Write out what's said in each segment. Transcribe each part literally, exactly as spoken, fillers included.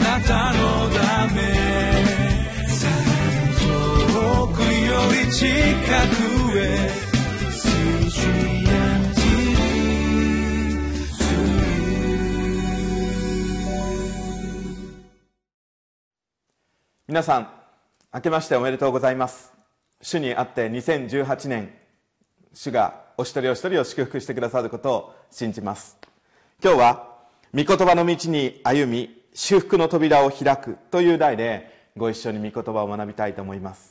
なたのため遠くより近くへ皆さん、明けましておめでとうございます。主にあってにせんじゅうはちねん、主がお一人お一人を祝福してくださることを信じます。今日は、御言葉の道に歩み、祝福の扉を開くという題で、ご一緒に御言葉を学びたいと思います。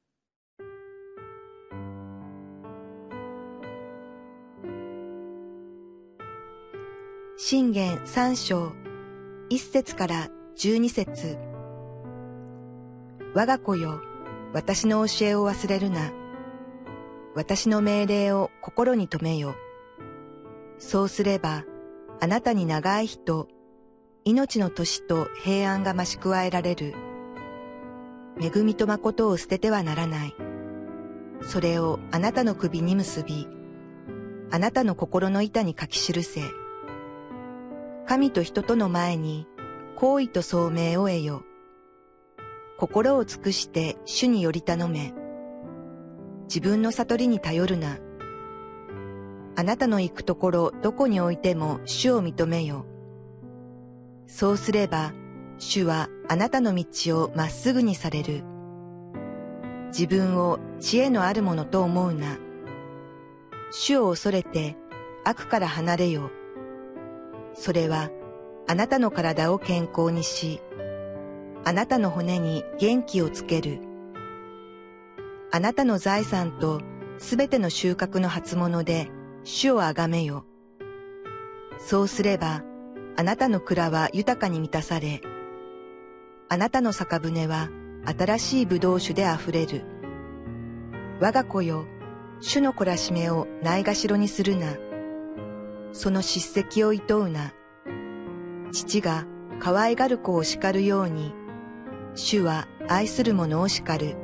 箴言さん章、いっ節からじゅうに節。我が子よ、私の教えを忘れるな。私の命令を心に留めよ。そうすれば、あなたに長い日と、命の年と平安が増し加えられる。恵みと誠を捨ててはならない。それをあなたの首に結び、あなたの心の板に書き記せ。神と人との前に、行為と聡明を得よ。心を尽くして主により頼め。自分の悟りに頼るな。あなたの行くところどこにおいても主を認めよ。そうすれば主はあなたの道をまっすぐにされる。自分を知恵のあるものと思うな。主を恐れて悪から離れよ。それはあなたの体を健康にし、あなたの骨に元気をつける。あなたの財産とすべての収穫の初物で主をあがめよ。そうすれば、あなたの蔵は豊かに満たされ、あなたの酒舟は新しい葡萄酒であふれる。我が子よ、主の懲らしめをないがしろにするな。その叱責を厭うな。父が可愛がる子を叱るように、主は愛する者を叱る。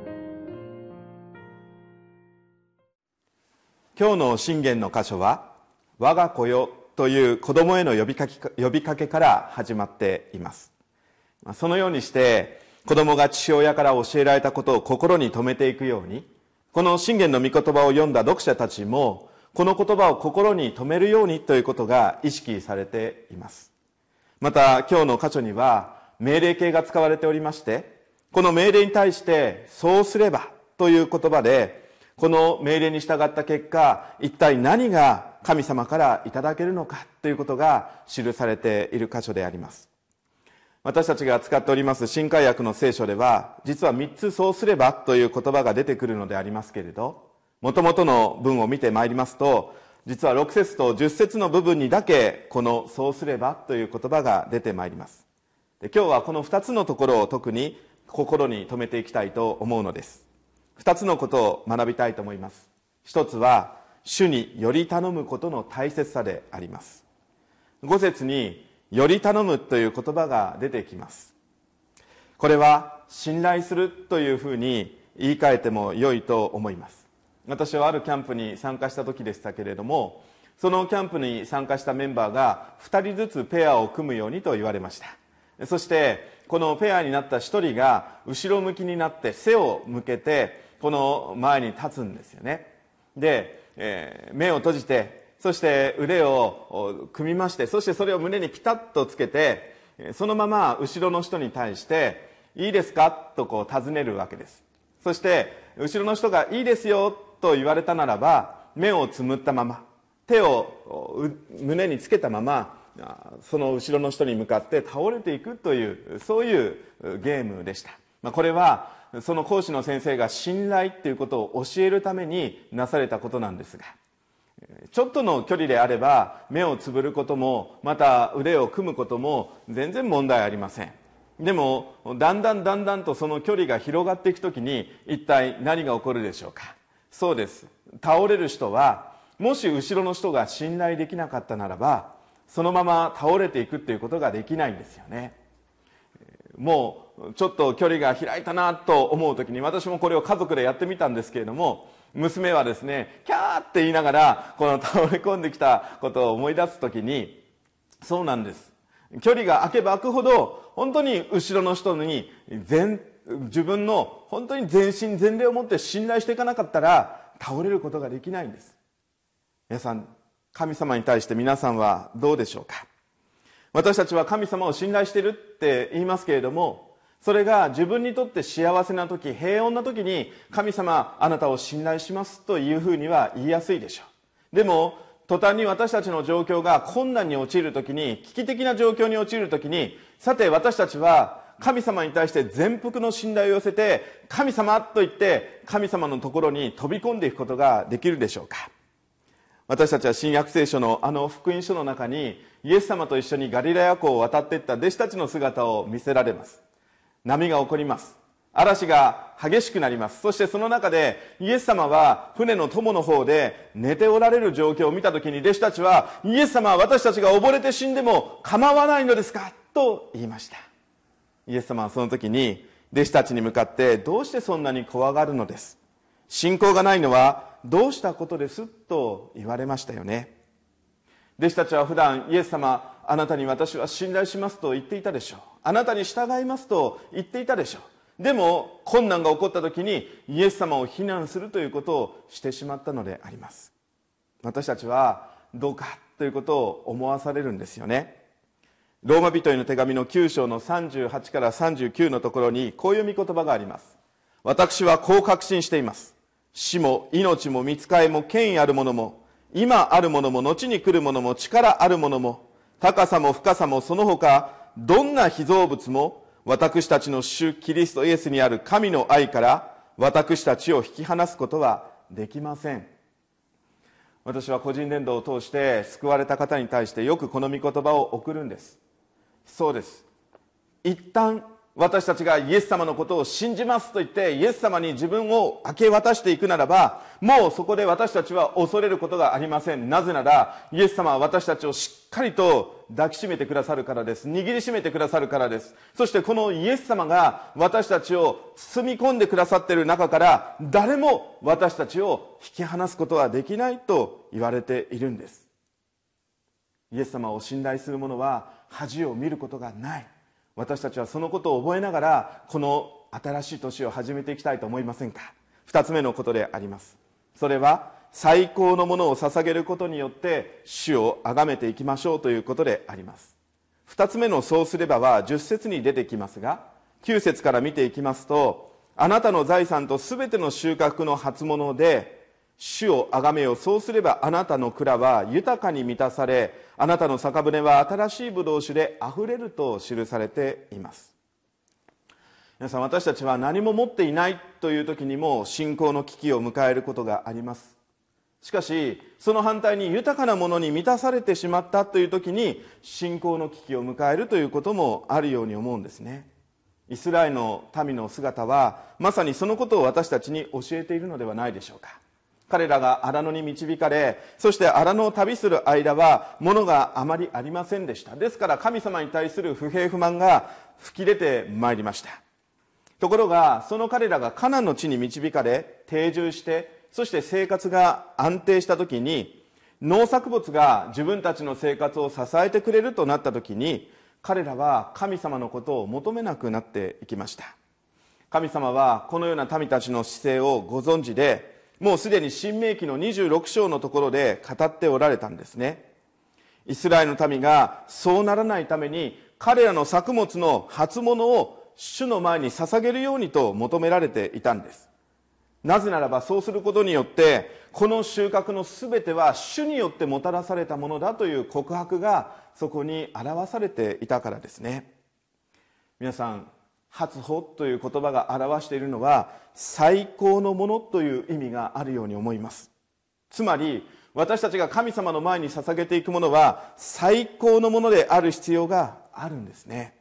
今日の箴言の箇所は、我が子よという子供への呼びかけ、呼びかけから始まっています。そのようにして、子供が父親から教えられたことを心に留めていくように、この箴言の御言葉を読んだ読者たちも、この言葉を心に留めるようにということが意識されています。また、今日の箇所には、命令形が使われておりまして、この命令に対して、そうすればという言葉で、この命令に従った結果、一体何が神様からいただけるのかということが記されている箇所であります。私たちが使っております新海訳の聖書では、実は三つそうすればという言葉が出てくるのでありますけれど、元々の文を見てまいりますと、実はろく節とじゅっ節の部分にだけ、このそうすればという言葉が出てまいります。で、今日はこの二つのところを特に心に留めていきたいと思うのです。二つのことを学びたいと思います。一つは、主により頼むことの大切さであります。五節に、より頼むという言葉が出てきます。これは、信頼するというふうに言い換えても良いと思います。私はあるキャンプに参加した時でしたけれども、そのキャンプに参加したメンバーが二人ずつペアを組むようにと言われました。そしてこのペアになった一人が後ろ向きになって背を向けてこの前に立つんですよね。で、えー、目を閉じて、そして腕を組みまして、そしてそれを胸にピタッとつけて、そのまま後ろの人に対していいですかとこう尋ねるわけです。そして後ろの人がいいですよと言われたならば、目をつむったまま手を胸につけたままその後ろの人に向かって倒れていくという、そういうゲームでした。これはその講師の先生が信頼ということを教えるためになされたことなんですが、ちょっとの距離であれば目をつぶることもまた腕を組むことも全然問題ありません。でもだんだんだんだんとその距離が広がっていくときに一体何が起こるでしょうか。そうです。倒れる人は、もし後ろの人が信頼できなかったならば、そのまま倒れていくっていうことができないんですよね。もうちょっと距離が開いたなと思うときに、私もこれを家族でやってみたんですけれども、娘はですね、キャーって言いながらこの倒れ込んできたことを思い出すときに、そうなんです、 距離が空けば空くほど、本当に後ろの人に全自分の本当に全身全霊を持って信頼していかなかったら倒れることができないんです。皆さん、神様に対して皆さんはどうでしょうか。私たちは神様を信頼しているって言いますけれども、それが自分にとって幸せな時、平穏な時に、神様あなたを信頼しますというふうには言いやすいでしょう。でも途端に私たちの状況が困難に陥る時に、危機的な状況に陥る時に、さて私たちは神様に対して全幅の信頼を寄せて、神様と言って神様のところに飛び込んでいくことができるでしょうか。私たちは新約聖書のあの福音書の中に、イエス様と一緒にガリラヤ湖を渡っていった弟子たちの姿を見せられます。波が起こります。嵐が激しくなります。そしてその中でイエス様は船の友の方で寝ておられる状況を見たときに、弟子たちは、イエス様は私たちが溺れて死んでも構わないのですかと言いました。イエス様はその時に弟子たちに向かって、どうしてそんなに怖がるのです、信仰がないのはどうしたことですと言われましたよね。弟子たちは普段、イエス様あなたに私は信頼しますと言っていたでしょう。あなたに従いますと言っていたでしょう。でも困難が起こった時にイエス様を非難するということをしてしまったのであります。私たちはどうかということを思わされるんですよね。ローマ人への手紙のきゅう章のさんじゅうはちからさんじゅうきゅうのところにこういう御言葉があります。私はこう確信しています。死も命も御使いも権威あるものも今あるものも後に来るものも力あるものも高さも深さもその他どんな被造物も私たちの主キリストイエスにある神の愛から私たちを引き離すことはできません。私は個人伝道を通して救われた方に対してよくこの御言葉を送るんです。そうです。一旦私たちがイエス様のことを信じますと言ってイエス様に自分を明け渡していくならば、もうそこで私たちは恐れることがありません。なぜならイエス様は私たちをしっかりと抱きしめてくださるからです。握りしめてくださるからです。そしてこのイエス様が私たちを包み込んでくださっている中から誰も私たちを引き離すことはできないと言われているんです。イエス様を信頼する者は恥を見ることがない。私たちはそのことを覚えながらこの新しい年を始めていきたいと思いませんか。二つ目のことであります。それは最高のものを捧げることによって主を崇めていきましょうということであります。二つ目のそうすればは十節に出てきますが、九節から見ていきますと、あなたの財産とすべての収穫の初物で主を崇めよう。そうすればあなたの蔵は豊かに満たされ、あなたの酒舟は新しいブドウ酒であふれると記されています。皆さん、私たちは何も持っていないという時にも信仰の危機を迎えることがあります。しかしその反対に豊かなものに満たされてしまったという時に信仰の危機を迎えるということもあるように思うんですね。イスラエルの民の姿はまさにそのことを私たちに教えているのではないでしょうか。彼らが荒野に導かれ、そして荒野を旅する間は物があまりありませんでした。ですから神様に対する不平不満が吹き出てまいりました。ところがその彼らがカナンの地に導かれ定住して、そして生活が安定した時に、農作物が自分たちの生活を支えてくれるとなった時に、彼らは神様のことを求めなくなっていきました。神様はこのような民たちの姿勢をご存知で、もうすでに申命記のにじゅうろく章のところで語っておられたんですね。イスラエルの民がそうならないために、彼らの作物の初物を主の前に捧げるようにと求められていたんです。なぜならばそうすることによって、この収穫のすべては主によってもたらされたものだという告白がそこに表されていたからですね。皆さん、初歩という言葉が表しているのは最高のものという意味があるように思います。つまり私たちが神様の前に捧げていくものは最高のものである必要があるんですね。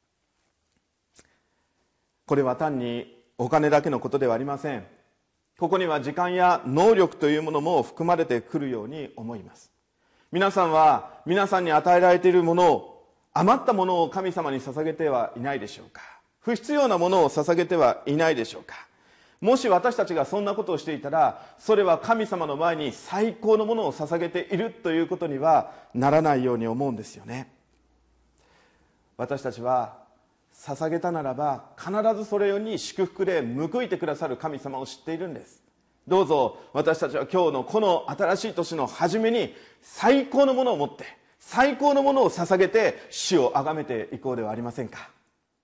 これは単にお金だけのことではありません。ここには時間や能力というものも含まれてくるように思います。皆さんは皆さんに与えられているものを、余ったものを神様に捧げてはいないでしょうか。不必要なものを捧げてはいないでしょうか。もし私たちがそんなことをしていたら、それは神様の前に最高のものを捧げているということにはならないように思うんですよね。 私たちは捧げたならば必ずそれに祝福で報いてくださる神様を知っているんです。どうぞ私たちは今日のこの新しい年の初めに最高のものを持って最高のものを捧げて主を崇めていこうではありませんか。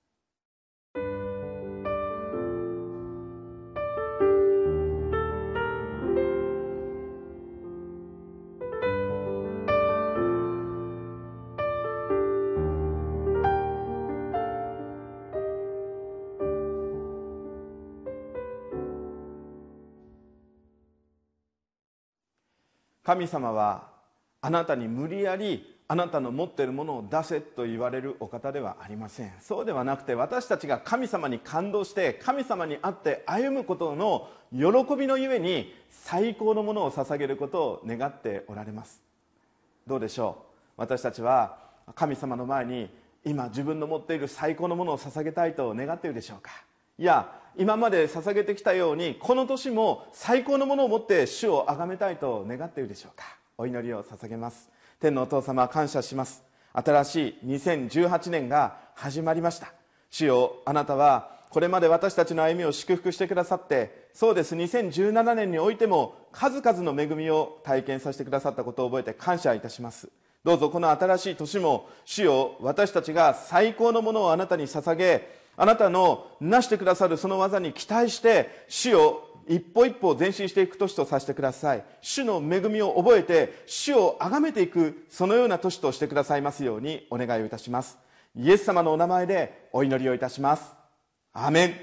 神様はあなたに無理やりあなたの持っているものを出せと言われるお方ではありません。そうではなくて、私たちが神様に感動して神様に会って歩むことの喜びのゆえに最高のものを捧げることを願っておられます。どうでしょう。私たちは神様の前に今自分の持っている最高のものを捧げたいと願っているでしょうか。いや、今まで捧げてきたようにこの年も最高のものを持って主を崇めたいと願っているでしょうか。お祈りを捧げます。天のお父様、感謝します。新しいにせんじゅうはちねんが始まりました。主よ、あなたはこれまで私たちの歩みを祝福してくださって、そうです、にせんじゅうななねんにおいても数々の恵みを体験させてくださったことを覚えて感謝いたします。どうぞこの新しい年も主よ、私たちが最高のものをあなたに捧げ、あなたのなしてくださるその技に期待して主を一歩一歩前進していく年とさせてください。主の恵みを覚えて主を崇めていく、そのような年としてくださいますようにお願いをいたします。イエス様のお名前でお祈りをいたします。アーメン。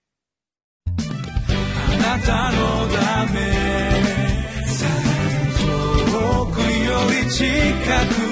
あなたのため遠くより近く